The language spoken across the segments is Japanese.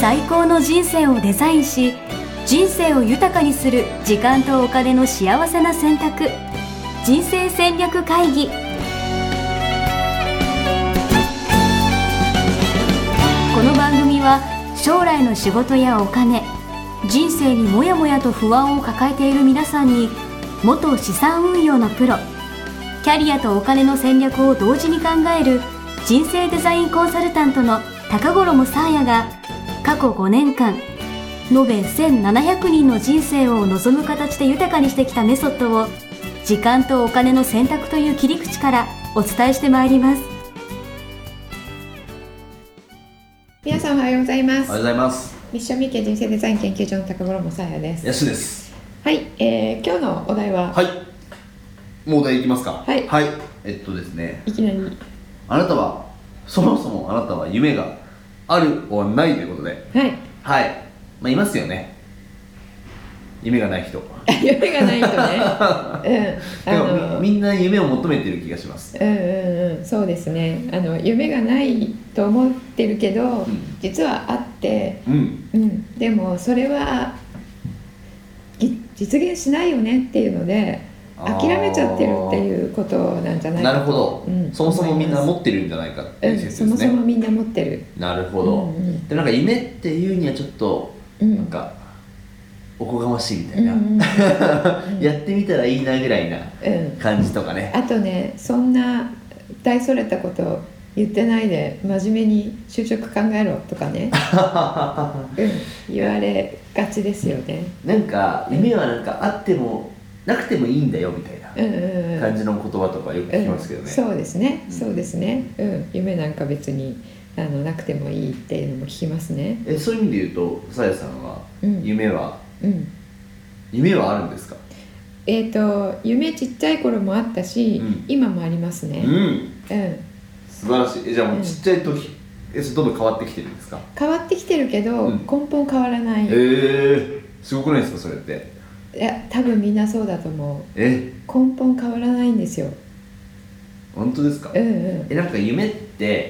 最高の人生をデザインし、人生を豊かにする時間とお金の幸せな選択、人生戦略会議。この番組は将来の仕事やお金、人生にもやもやと不安を抱えている皆さんに、元資産運用のプロ、キャリアとお金の戦略を同時に考える人生デザインコンサルタントの高頃もさあやが、過去5年間延べ1700人の人生を望む形で豊かにしてきたメソッドを、時間とお金の選択という切り口からお伝えしてまいります。 皆さんおはようございます。 おはようございます。 ミッションミッケ人生デザイン研究所の高頃もさあやです。 やすです。 はい、今日のお題は、 はい、もうお題いきますか。 はい、 はい、ですね、 いきなり、 あなたはそもそもあなたは夢があるはないということで、 はいはい、まあいますよね、夢がない人夢がない人ねみんな夢を求めてる気がします。 そうですね。夢がないと思ってるけど、実はあって、でもそれは実現しないよねっていうので諦めちゃってるっていうことなんじゃないかと。 なるほど、そもそもみんな持ってるんじゃないかっていう説ですね。 そもそもみんな持ってる。 なるほど、でなんか夢っていうにはちょっとなんかおこがましいみたいな、やってみたらいいなぐらいな感じとかね、 あとね、そんな大それたこと言ってないで真面目に就職考えろとかね言われがちですよね。 なんか夢はなんかあってもなくてもいいんだよみたいな感じの言葉とかよく聞きますけどね。 そうですね、そうですね、夢なんか別になくてもいいっていうのも聞きますね。 そういう意味で言うとさやさんは夢は、夢はあるんですか？ 夢ちっちゃい頃もあったし、今もありますね。 素晴らしい。じゃあもうちっちゃい時、どんどん変わってきてるんですか？ 変わってきてるけど、根本変わらない。 すごくないですかそれって？ いや、多分みんなそうだと思う。根本変わらないんですよ。 本当ですか？なんか夢って、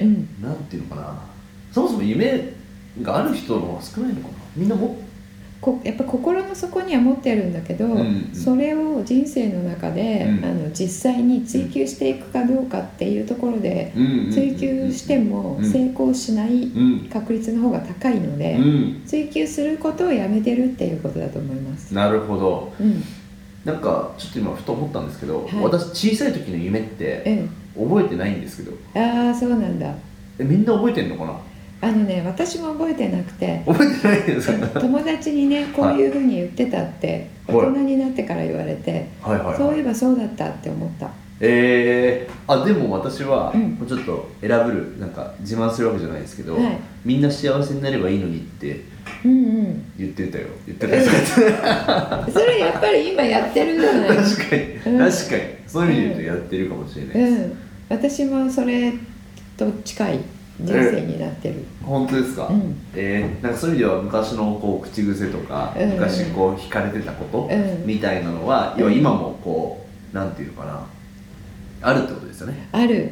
なんていうのかな、そもそも夢がある人の方が少ないのかな。みんなやっぱ心の底には持ってるんだけど、それを人生の中で、実際に追求していくかどうかっていうところで、追求しても成功しない確率の方が高いので、追求することをやめてるっていうことだと思います。 なるほど、なんかちょっと今ふと思ったんですけど、私小さい時の夢って覚えてないんですけど、 ああ、そうなんだ。 みんな覚えてんのかな？ 私も覚えてなくて、 覚えてないですか？ 友達にね、こういうふうに言ってたって大人になってから言われて、そういえばそうだったって思った。でも私はちょっと選ぶるなんか自慢するわけじゃないですけど、みんな幸せになればいいのにって言ってたよ。 それやっぱり今やってるんじゃない？ 確かにそういう意味で言うとやってるかもしれないです。 私もそれと近い人生になってる。 本当ですか？なんかそういう意味では昔のこう口癖とか、昔こう惹かれてたことみたいなのは、要は今もこうなんていうのかな、あるってことですよね。 ある。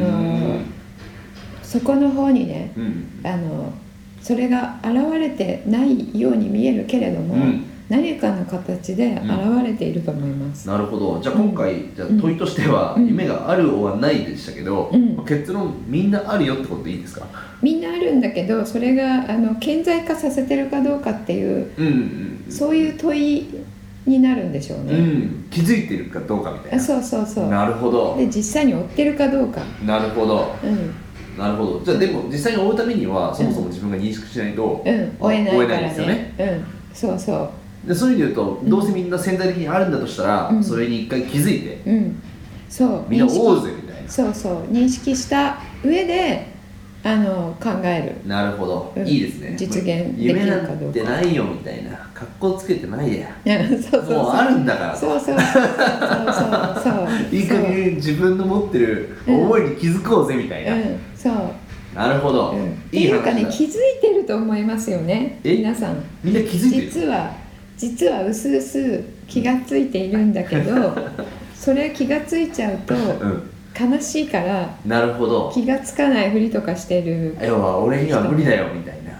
そこの方にね、それが現れてないように見えるけれども、何かの形で現れていると思います。 なるほど。じゃあ今回、じゃあ問いとしては、夢があるはないでしたけど、結論みんなあるよってことでいいですか？ みんなあるんだけど、それが顕在化させてるかどうかっていう、そういう問いになるんでしょうね。 気づいてるかどうかみたいな。 そう。 なるほど。 で、実際に追ってるかどうか。 なるほど。なるほど。じゃあでも実際に追うためには、そもそも自分が認識しないと追えないからですよね。 そう。 でそういう意味で言うと、どうせみんな潜在的にあるんだとしたら、それに一回気づいて、みんな追うぜみたいな。 そう認識した上で考える。 なるほど、いいですね。 実現できるかどうか。 夢なんてないよみたいな、格好つけてないや。 そうもうあるんだから。 そういい加減自分の持ってる思いに気づこうぜみたいな。なるほど、 いい話だ。っていうかね、気づいてると思いますよね、皆さん。 みんな気づいてる。 実はうすうす気がついているんだけどそれ気がついちゃうと悲しいから、 なるほど、 気がつかないふりとかしてる。 要は俺には無理だよみたいな。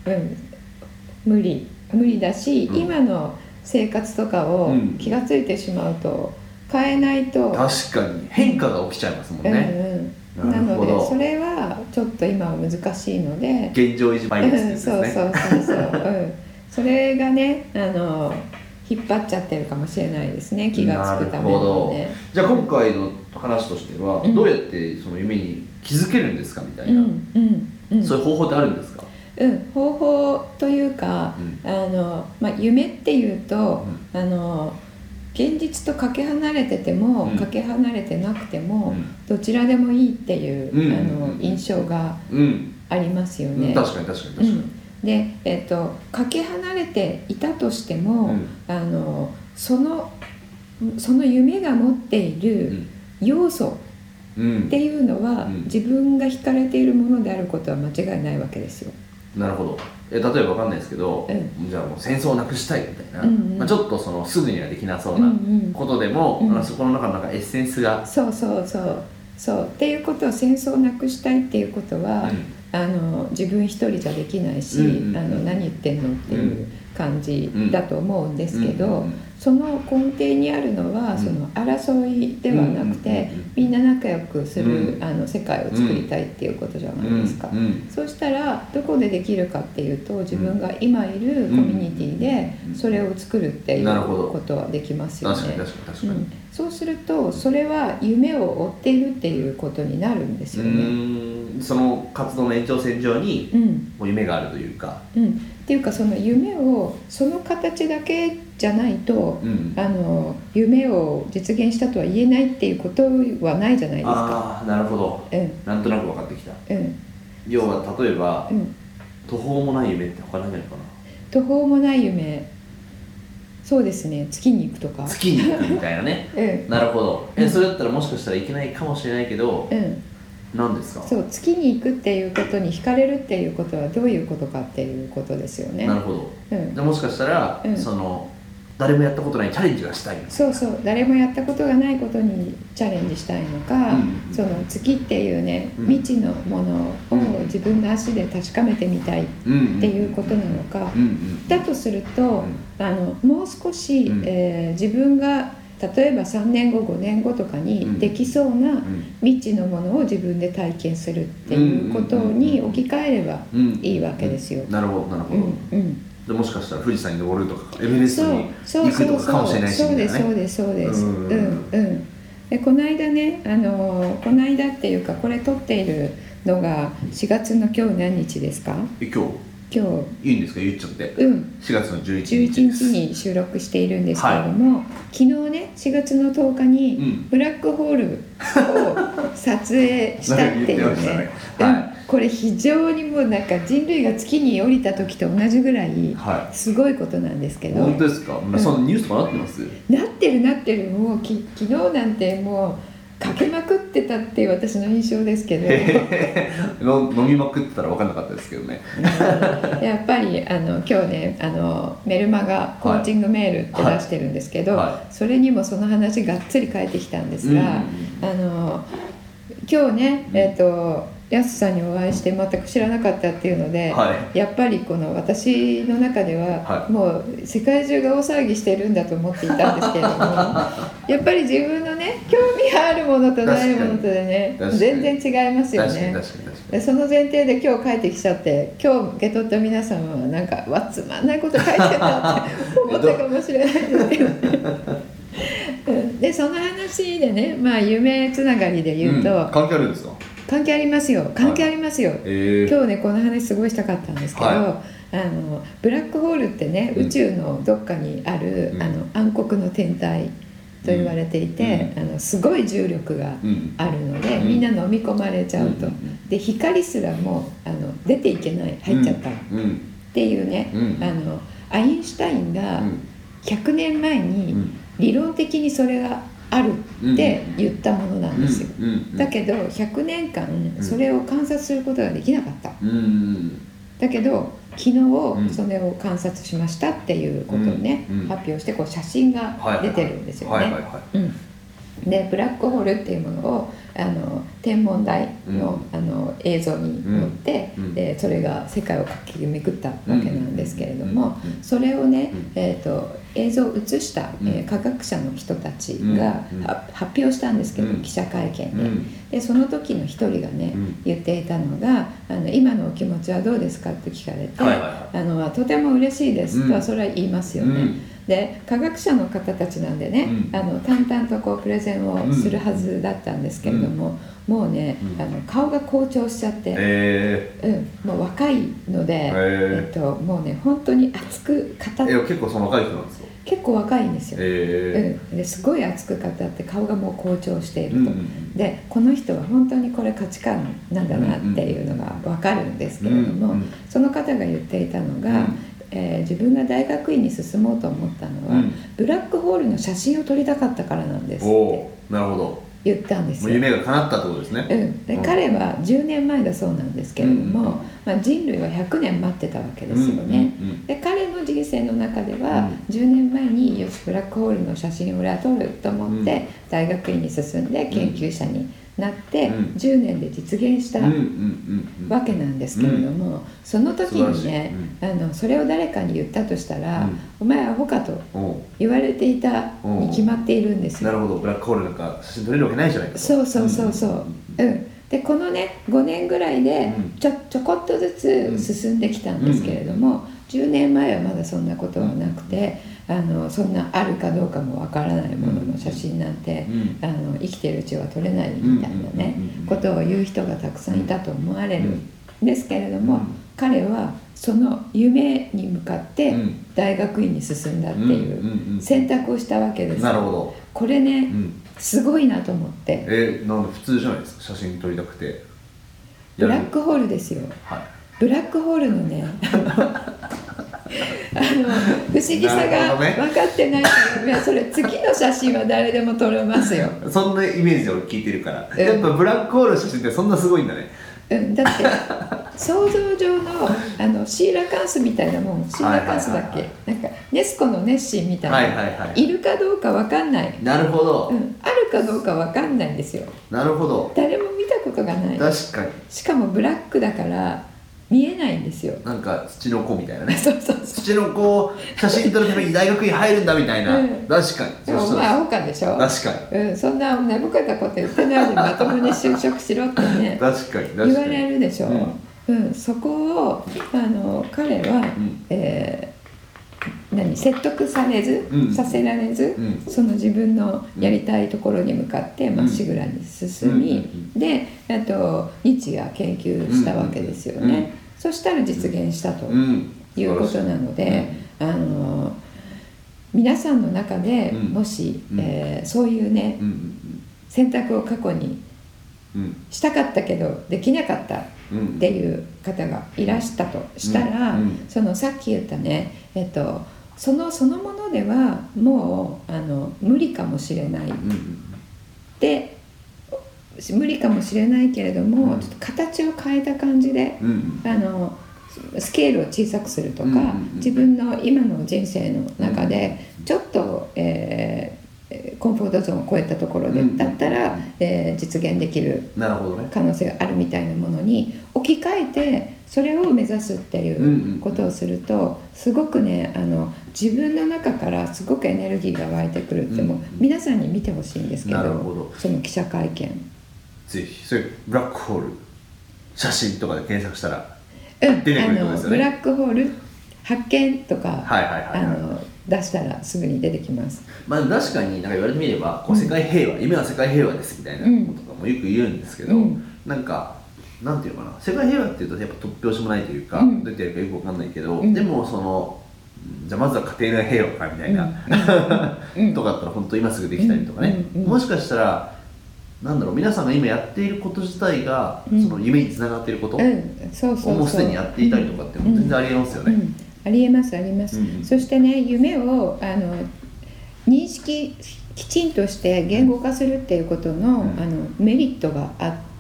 無理だし、今の生活とかを気がついてしまうと変えないと、 確かに変化が起きちゃいますもんね、 なのでそれはちょっと今は難しいので、 現状維持バイアスですね。 そうそれがね引っ張っちゃってるかもしれないですね、気がつくためにね。 じゃあ今回の話としては、どうやってその夢に気づけるんですかみたいな、そういう方法ってあるんですか？ 方法というか、夢っていうと、現実とかけ離れてても、かけ離れてなくても、どちらでもいいっていう、印象がありますよね。 確かに。 で、かけ離れていたとしても、その夢が持っている要素っていうのは、自分が惹かれているものであることは間違いないわけですよ。 なるほど。例えば分かんないですけど、じゃあもう戦争をなくしたいみたいな、ちょっとすぐにはできなそうなことでも、そこの中のエッセンスがそうっていうことは、戦争をなくしたいっていうことは、自分一人じゃできないし、何言ってんのっていう感じだと思うんですけど、その根底にあるのは、その争いではなくて、みんな仲良くする世界を作りたいっていうことじゃないですか。そうしたらどこでできるかっていうと、自分が今いるコミュニティでそれを作るっていうことはできますよね。 確かに。 そうすると、それは夢を追っているっていうことになるんですよね。 その活動の延長線上にもう夢があるというか、 っていうか、その夢をその形だけじゃないと、夢を実現したとは言えないっていうことはないじゃないですか。 なるほど、なんとなく分かってきた。要は例えば、途方もない夢って他なんじゃないかな。 途方もない夢、そうですね、月に行くとか。 月に行くみたいなね、なるほど。それだったらもしかしたらいけないかもしれないけど、何ですか？ そう、月に行くっていうことに惹かれるっていうことはどういうことかっていうことですよね。 なるほど、じゃあもしかしたら、誰もやったことないチャレンジがしたい。 誰もやったことがないことにチャレンジしたいのか、その月っていうね、未知のものを自分の足で確かめてみたいっていうことなのか、だとすると、もう少し、自分が例えば3年後5年後とかにできそうな未知のものを自分で体験するっていうことに置き換えればいいわけですよ。 なるほど。もしかしたら富士山に登るとかエベレストに行くとかかもしれないしみたいなね。 そうです。でこの間ね、この間っていうか、これ撮っているのが4月の今日何日ですか？今日いいんですか、言っちゃって。4月の11日に収録しているんですけれども、昨日ね、4月の10日にブラックホールを撮影したっていうね、これ非常にもうなんか人類が月に降りた時と同じぐらいすごいことなんですけど。 本当ですか？そのニュースとかなってます？ なってる。もう昨日なんてもうかけまくってたっていう私の印象ですけど飲みまくってたら分かんなかったですけどねやっぱり今日ね、メルマガコーチングメールって出してるんですけど、それにもその話がっつり返ってきたんですが、今日ね、やすさんにお会いして全く知らなかったっていうので、やっぱりこの私の中では、もう世界中が大騒ぎしてるんだと思っていたんですけれどもやっぱり自分のね、興味があるものとないものとでね、全然違いますよね。その前提で今日帰ってきちゃって、今日受け取った皆様はなんかつまんないこと書いてんだって思ったかもしれないですけどでその話でね、夢つながりで言うと、 関係あるんですか？ 関係ありますよ。今日ね、この話すごいしたかったんですけど、ブラックホールってね、宇宙のどっかにある、暗黒の天体と言われていて、すごい重力があるので、みんな飲み込まれちゃうと、で光すらも出ていけない、入っちゃったっていうね、アインシュタインが100年前に理論的にそれがあるって言ったものなんですよ。だけど100年間それを観察することができなかった。だけど昨日それを観察しましたっていうことをね、発表して、こう写真が出てるんですよね。 でブラックホールっていうものを天文台の、映像に乗って、でそれが世界を駆け巡ったわけなんですけれども、それをね、映像を映した、科学者の人たちが、発表したんですけど、記者会見で、その時の一人がね、言っていたのが今のお気持ちはどうですかって聞かれて、とても嬉しいですとはそれは言いますよね。で科学者の方たちなんでね、淡々とこうプレゼンをするはずだったんですけれども、もうね、顔が紅潮しちゃって、もう若いので、もうね本当に熱く語って、 結構その若い人なんですか？ 結構若いんですよ、ですごい熱く語って顔がもう紅潮していると、でこの人は本当にこれ価値観なんだなっていうのが分かるんですけれども、その方が言っていたのが、自分が大学院に進もうと思ったのは、ブラックホールの写真を撮りたかったからなんですって言ったんですよ。 夢が叶ったってことですね。 で彼は10年前だそうなんですけれども、人類は100年待ってたわけですよね。で彼の人生の中では、10年前によしブラックホールの写真を俺は撮ると思って大学院に進んで研究者になって10年で実現したわけなんですけれども、その時にね、それを誰かに言ったとしたら、お前アホかと言われていたに決まっているんですよ。 なるほど、ブラックホールなんか写真撮れるわけないじゃないかと。 そう、でこのね5年ぐらいでちょこっとずつ進んできたんですけれども、10年前はまだそんなことはなくて、そんなあるかどうかもわからないものの写真なんて、生きてるうちは撮れないみたいなね、ことを言う人がたくさんいたと思われるんですけれども、彼はその夢に向かって大学院に進んだっていう選択をしたわけです。 なるほど。 これね、すごいなと思って。 なんで普通じゃないですか、写真撮りたくて。 ブラックホールですよ、ブラックホールのね不思議さが分かってないから、それ次の写真は誰でも撮れますよ。 そんなイメージで俺聞いてるから、やっぱブラックホールの写真ってそんなすごいんだね。 だって想像上のシーラカンスみたいなもん、シーラカンスだっけ、なんかネスコのネッシーみたいな、いるかどうか分かんない。 なるほど、 あるかどうか分かんないんですよ。 なるほど。 誰も見たことがない。 確かに。 しかもブラックだから見えないんですよ。 なんか土の子みたいなね。 そう土の子写真撮るために大学院入るんだみたいな、確かに。 お前アホかでしょ。 確かに、 そんな寝ぼけたこと言ってないでまともに就職しろってね確かに言われるでしょ。そこを彼は、説得させられず、その自分のやりたいところに向かってまっしぐらに進み、で日夜研究したわけですよね。そしたら実現したということなので、皆さんの中でもし、そういうね、選択を過去にしたかったけどできなかったっていう方がいらしたとしたら、そのさっき言ったね、そのものではもう無理かもしれない、で無理かもしれないけれども、ちょっと形を変えた感じで、スケールを小さくするとか、自分の今の人生の中でちょっと、コンフォートゾーンを超えたところでだったら、実現できる可能性があるみたいなものに置き換えて、それを目指すっていうことをすると、すごくね自分の中からすごくエネルギーが湧いてくるって、もう皆さんに見てほしいんですけど、その記者会見ぜひそれブラックホール写真とかで検索したら出てくるってことですよね。 ブラックホール発見とか出したらすぐに出てきます。 まあ確かになんか言われてみれば、こう世界平和、夢は世界平和ですみたいなこととかもよく言うんですけど、なんかなんていうのかな、世界平和っていうとやっぱ突拍子もないというか、どうやってやるかよくわかんないけど、でもそのじゃあまずは家庭内平和かみたいなとかだったら本当今すぐできたりとかね、もしかしたらなんだろう、皆さんが今やっていること自体が、その夢につながっていることをもうすでにやっていたりとかっても全然ありえますよね。 ありえますあります。そしてね、夢を認識きちんとして言語化するっていうことの、メリットがあって、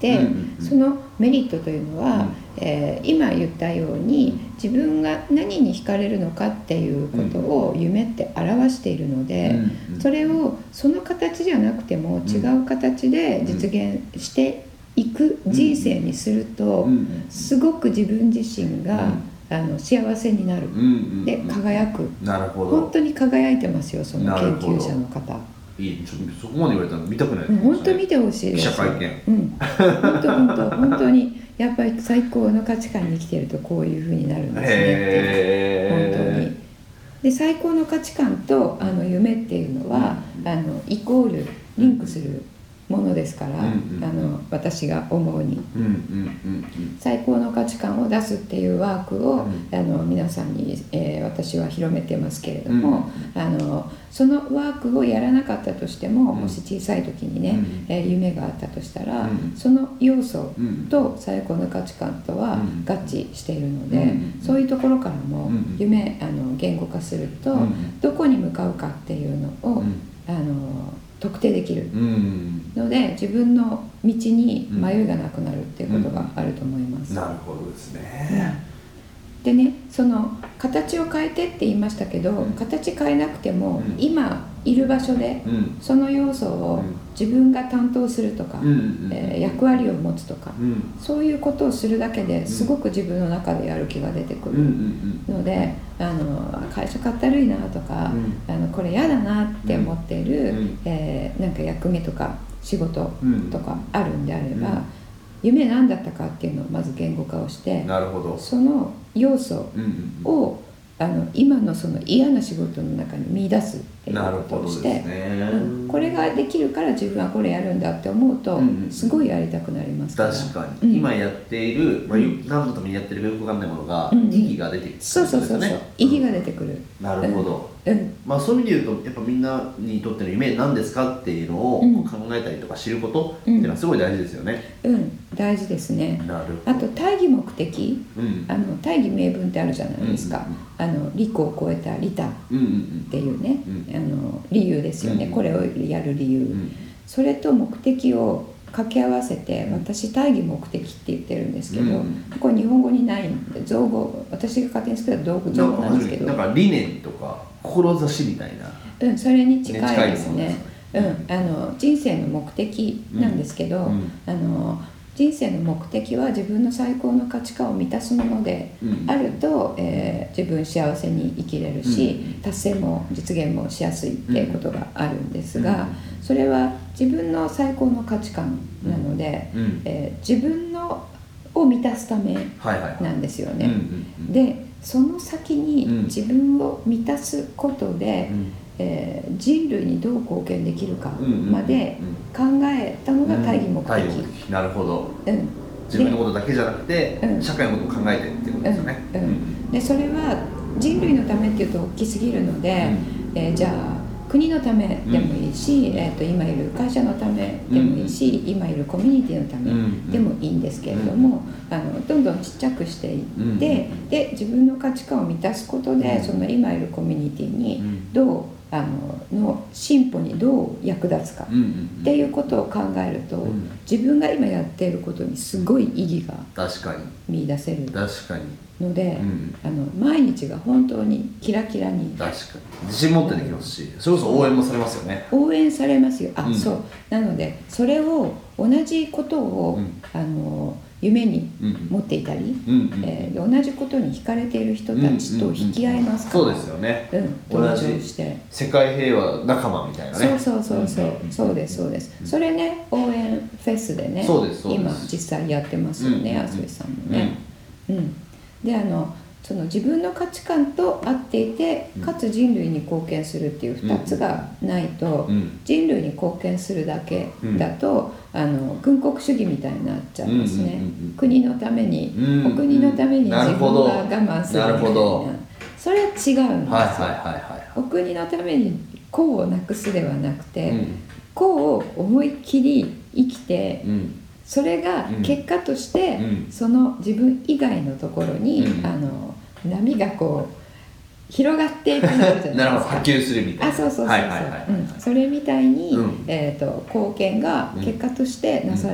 で、そのメリットというのは、今言ったように自分が何に惹かれるのかっていうことを夢って表しているので、それをその形じゃなくても違う形で実現していく人生にすると、すごく自分自身が幸せになる、で輝く。 なるほど。 本当に輝いてますよ、その研究者の方。 いい、そこまで言われたら見たくないですね。 本当見てほしいです。 記者会見。 本当にやっぱり最高の価値観に生きてるとこういう風になるんですね。本当に。で最高の価値観と夢っていうのは、イコールリンクするものですから、私が思うに、最高の価値観を出すっていうワークを、皆さんに、私は広めてますけれども、そのワークをやらなかったとしても、もし小さい時にね、夢があったとしたら、その要素と最高の価値観とは合致しているので、そういうところからも夢言語化すると、どこに向かうかっていうのを特定できるので、自分の道に迷いがなくなるっていうことがあると思います。 なるほどですね。 でね、その形を変えてって言いましたけど、形変えなくても、今いる場所でその要素を自分が担当するとか、役割を持つとか、そういうことをするだけですごく自分の中でやる気が出てくるので、会社かったるいなとか、これ嫌だなって思っている、なんか役目とか仕事とかあるんであれば、夢何だったかっていうのをまず言語化をして、 なるほど。 その要素を今のその嫌な仕事の中に見出すっていうことをして、これができるから自分はこれやるんだって思うと、すごいやりたくなりますから。 確かに、今やっている、何のためにやってるかよく分かんないものが、意義が出てくるんですよね。 そう意義が出てくる。 なるほど。そういう意味で言うと、やっぱみんなにとっての夢何ですかっていうのを考えたりとか知ることっていうのはすごい大事ですよね。 大事ですね。 なるほど。 あと大義目的、大義名分ってあるじゃないですか。利己を超えた利他っていうね、理由ですよね。これをやる理由、それと目的を掛け合わせて、私大義目的って言ってるんですけど、これ日本語にないんで、造語、私が勝手に作った造語なんですけど、 なんか理念とか志みたいな、 それに近いですね。人生の目的なんですけど、人生の目的は自分の最高の価値観を満たすものであると、自分幸せに生きれるし、達成も実現もしやすいっていうことがあるんですが、それは自分の最高の価値観なので、自分のを満たすためなんですよね。でその先に自分を満たすことで、人類にどう貢献できるかまで考えたのが大義目的。 なるほど。自分のことだけじゃなくて、社会のことも考えてっていうことですよね。 でそれは人類のためっていうと大きすぎるので、じゃあ国のためでもいいし、今いる会社のためでもいいし、今いるコミュニティのためでもいいんですけれども、どんどんちっちゃくしていって、で自分の価値観を満たすことで、その今いるコミュニティにどうの進歩にどう役立つかっていうことを考えると、自分が今やっていることにすごい意義が見出せるので、毎日が本当にキラキラに、 確かに自信持ってできますし、それこそ応援もされますよね。 応援されますよ。そうなので、それを同じことを夢に持っていたり、同じことに惹かれている人たちと引き合いますから。 そうですよね。 登場して世界平和仲間みたいなね。 そうです。それね、応援フェスでね、今実際やってますよね、あすびさんもね。でその自分の価値観と合っていて、かつ人類に貢献するっていう2つがないと、人類に貢献するだけだと、軍国主義みたいになっちゃうんですね。国のために、お国のために自分が我慢するみたいな、それは違うんですよ。お国のために功をなくすではなくて、功を思いっきり生きて、それが結果として、その自分以外のところに、波がこう広がっていくのじゃないですか。 なるほど、波及するみたいな。 それみたいに、貢献が結果としてなされる。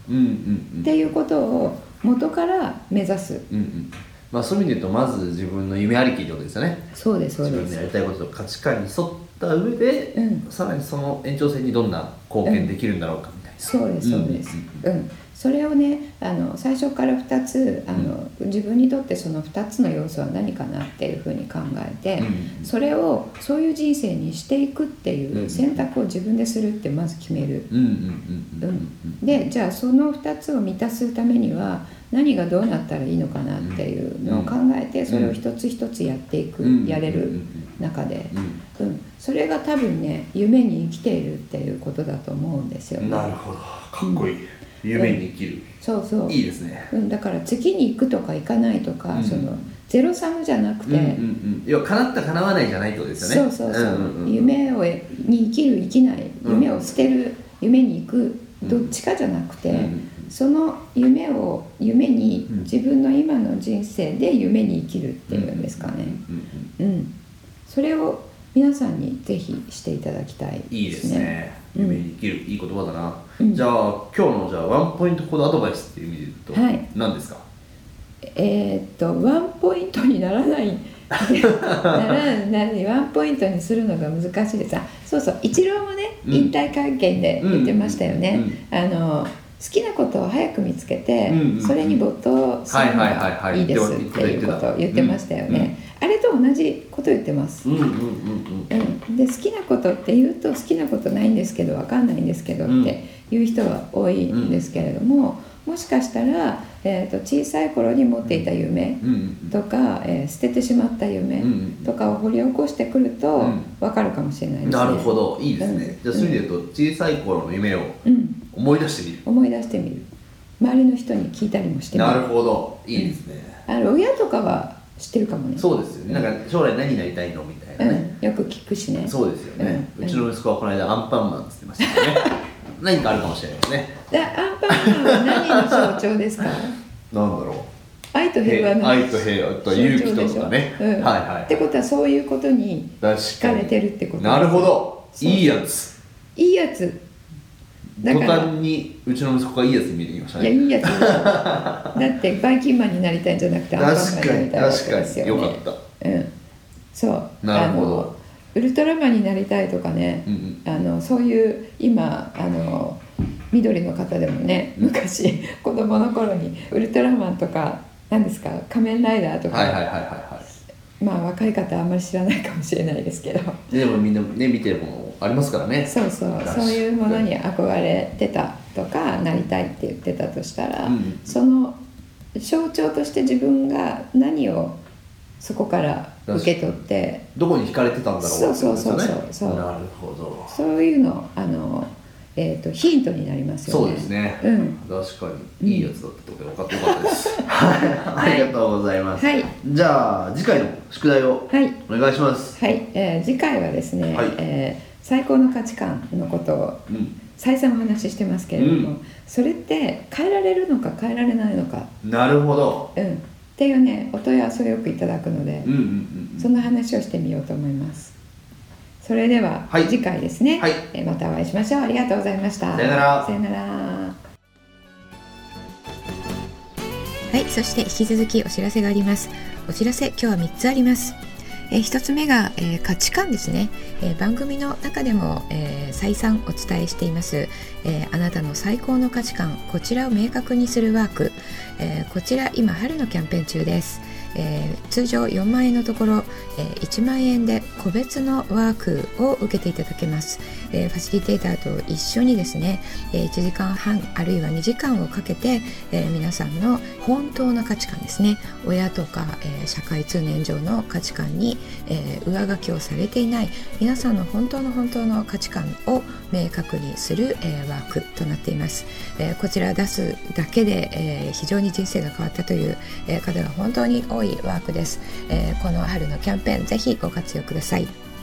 っていうことを元から目指す、 そういう意味で言うとまず自分の夢ありきってことですよね。 そうですそうです。 自分のやりたいことと価値観に沿った上で、さらにその延長線にどんな貢献できるんだろうかみたいな、 そうですそうです、それをね最初から2つ自分にとってその2つの要素は何かなっていうふうに考えて、それをそういう人生にしていくっていう選択を自分でするってまず決める。でじゃあその2つを満たすためには何がどうなったらいいのかなっていうのを考えて、それを一つ一つやっていく、やれる中で、それが多分ね夢に生きているっていうことだと思うんですよね。 なるほど、かっこいい、夢に生きる、 そうそう、 いいですね。 だから月に行くとか行かないとか、そのゼロサムじゃなくて、 要は叶った叶わないじゃないってことですよね。 そうそうそう、夢に生きる生きない、夢を捨てる、夢に行く、どっちかじゃなくて、その夢に自分の今の人生で夢に生きるっていうんですかね。それを皆さんにぜひしていただきたいですね。 いいですね。夢に生きる、いい言葉だな。じゃあ今日のワンポイントコードアドバイスっていう意味で言うと、何ですか？ ワンポイントにならないワンポイントにするのが難しいです。そうそう、イチローもね、引退会見で言ってましたよね。好きなことを早く見つけて、それに没頭するのがいいですっていうことを言ってましたよね。あれと同じこと言ってます。で好きなことって言うと、好きなことないんですけど、分かんないんですけどっていう人は多いんですけれども、もしかしたら、小さい頃に持っていた夢とか、捨ててしまった夢とかを掘り起こしてくると分かるかもしれないですね。 なるほど、いいですね。じゃあそういう意味で言うと、小さい頃の夢を思い出してみる、 思い出してみる、周りの人に聞いたりもしてみる。 なるほど、いいですね。 親とかは知ってるかもね。 そうですよね。なんか将来何になりたいのみたいなね、 よく聞くしね。 そうですよね。うちの息子はこの間アンパンマンって言ってましたよね。何かあるかもしれないですね。 アンパンマンは何の象徴ですか？ なんだろう。 愛と平和の愛と平和と勇気とかね。 ってことはそういうことに惹かれてるってことです。 なるほど。いいやつ。 いいやつ。 途端にうちの息子がいいやつに見えてきましたね。 いや、いいやつでしょ。だってバイキンマンになりたいんじゃなくてアンパンマンになりたいわけですよね。 よかった。 そう。 なるほど。 ウルトラマンになりたいとかね、そういう今緑の方でもね、昔子供の頃にウルトラマンとか何ですか、仮面ライダーとか、まあ若い方はあんまり知らないかもしれないですけど、 でもみんなね見てるものありますからね。 そうそう、そういうものに憧れてたとかなりたいって言ってたとしたら、その象徴として自分が何をそこから受け取ってどこに惹かれてたんだろうってことですよね。 そうなるほど。 そういうのヒントになりますよね。 そうですね、確かにいいやつだったってことで分かってよかったです。ありがとうございます。じゃあ次回の宿題をお願いします。 次回はですね、最高の価値観のことを再三お話ししてますけれども、それって変えられるのか変えられないのか。 なるほど。 っていうね、お問い合わせをよくいただくので、そんな話をしてみようと思います。それでは次回ですね、またお会いしましょう。ありがとうございました。 さよなら。 さよなら。はい、そして引き続きお知らせがあります。お知らせ、今日は3つあります。1つ目が、価値観ですね。番組の中でも、再三お伝えしています、あなたの最高の価値観、こちらを明確にするワーク、こちら今春のキャンペーン中です。通常4万円のところ、1万円で個別のワークを受けていただけます。ファシリテーターと一緒にですね、1時間半あるいは2時間をかけて、皆さんの本当の価値観ですね、親とか、社会通念上の価値観に、上書きをされていない皆さんの本当の価値観を明確にする、ワークとなっています。こちら出すだけで、非常に人生が変わったという、方が本当に多いワークです。この春のキャンペーンぜひご活用ください。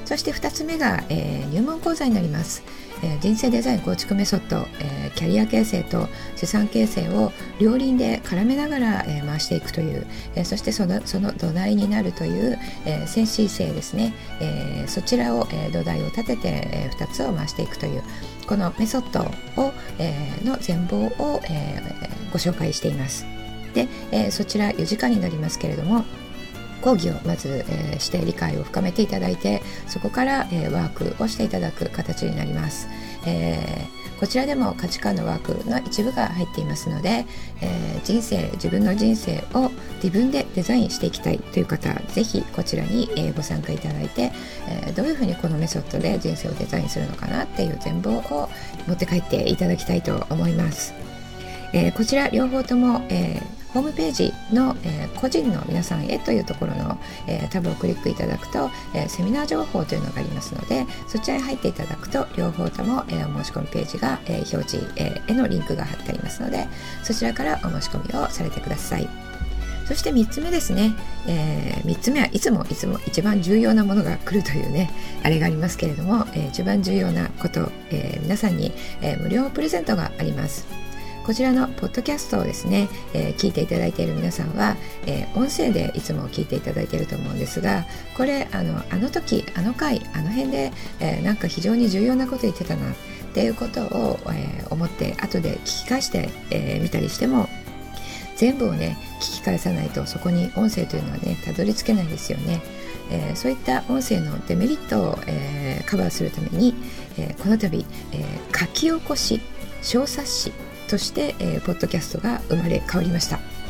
そして2つ目が、入門講座になります。人生デザイン構築メソッド、キャリア形成と資産形成を両輪で絡めながら、回していくという、そしてその土台になるという、先進性ですね、そちらを、土台を立てて、2つを回していくというこのメソッドを、の全貌を、ご紹介しています。で、そちら4時間になりますけれども、講義をまず、して理解を深めていただいて、そこから、ワークをしていただく形になります。こちらでも価値観のワークの一部が入っていますので、自分の人生を自分でデザインしていきたいという方、ぜひこちらに、ご参加いただいて、どういうふうにこのメソッドで人生をデザインするのかなっていう全貌を持って帰っていただきたいと思います。こちら両方とも、ホームページの、個人の皆さんへというところの、タブをクリックいただくと、セミナー情報というのがありますので、そちらに入っていただくと両方とも、お申し込みページが、表示、へのリンクが貼ってありますので、そちらからお申し込みをされてください。そして3つ目ですね、3つ目はいつも一番重要なものが来るというね、あれがありますけれども、一番重要なこと、皆さんに、無料プレゼントがあります。こちらのポッドキャストをですね、聞いていただいている皆さんは、音声でいつも聞いていただいていると思うんですが、これあの時あの回あの辺で、なんか非常に重要なこと言ってたなっていうことを、思って後で聞き返して、みたりしても、全部をね聞き返さないとそこに音声というのはねたどり着けないんですよね。そういった音声のデメリットを、カバーするために、この度、書き起こし小冊子として、ポッドキャストが生まれ変わりました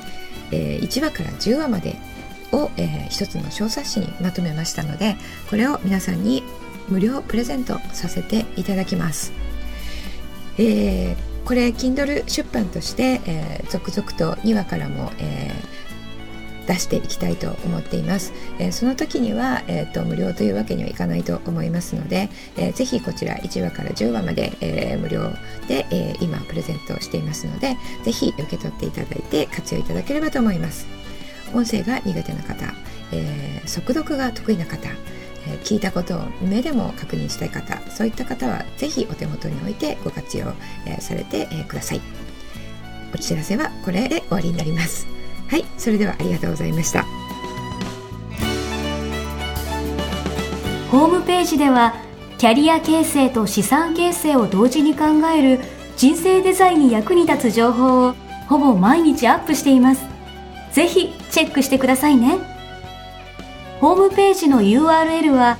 。1話から10話までを、一つの小冊子にまとめましたので、これを皆さんに無料プレゼントさせていただきます。これ Kindle 出版として、続々と2話からも、出していきたいと思っています。その時には、無料というわけにはいかないと思いますので、ぜひこちら1話から10話まで、無料で、今プレゼントをしていますので、ぜひ受け取っていただいて活用いただければと思います。音声が苦手な方、速読が得意な方、聞いたことを目でも確認したい方、そういった方はぜひお手元に置いてご活用、されて、ください。お知らせはこれで終わりになります。はい、それではありがとうございました。 ホームページではキャリア形成と資産形成を同時に考える人生デザインに役に立つ情報をほぼ毎日アップしています。ぜひチェックしてくださいね。ホームページの URL は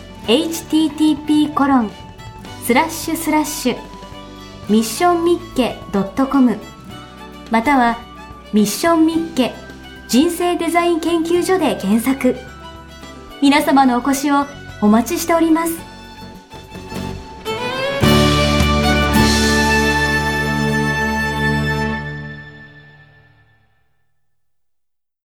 http://missionmicke.com またはミッションミッケ人生デザイン研究所で検索。皆様のお越しをお待ちしております。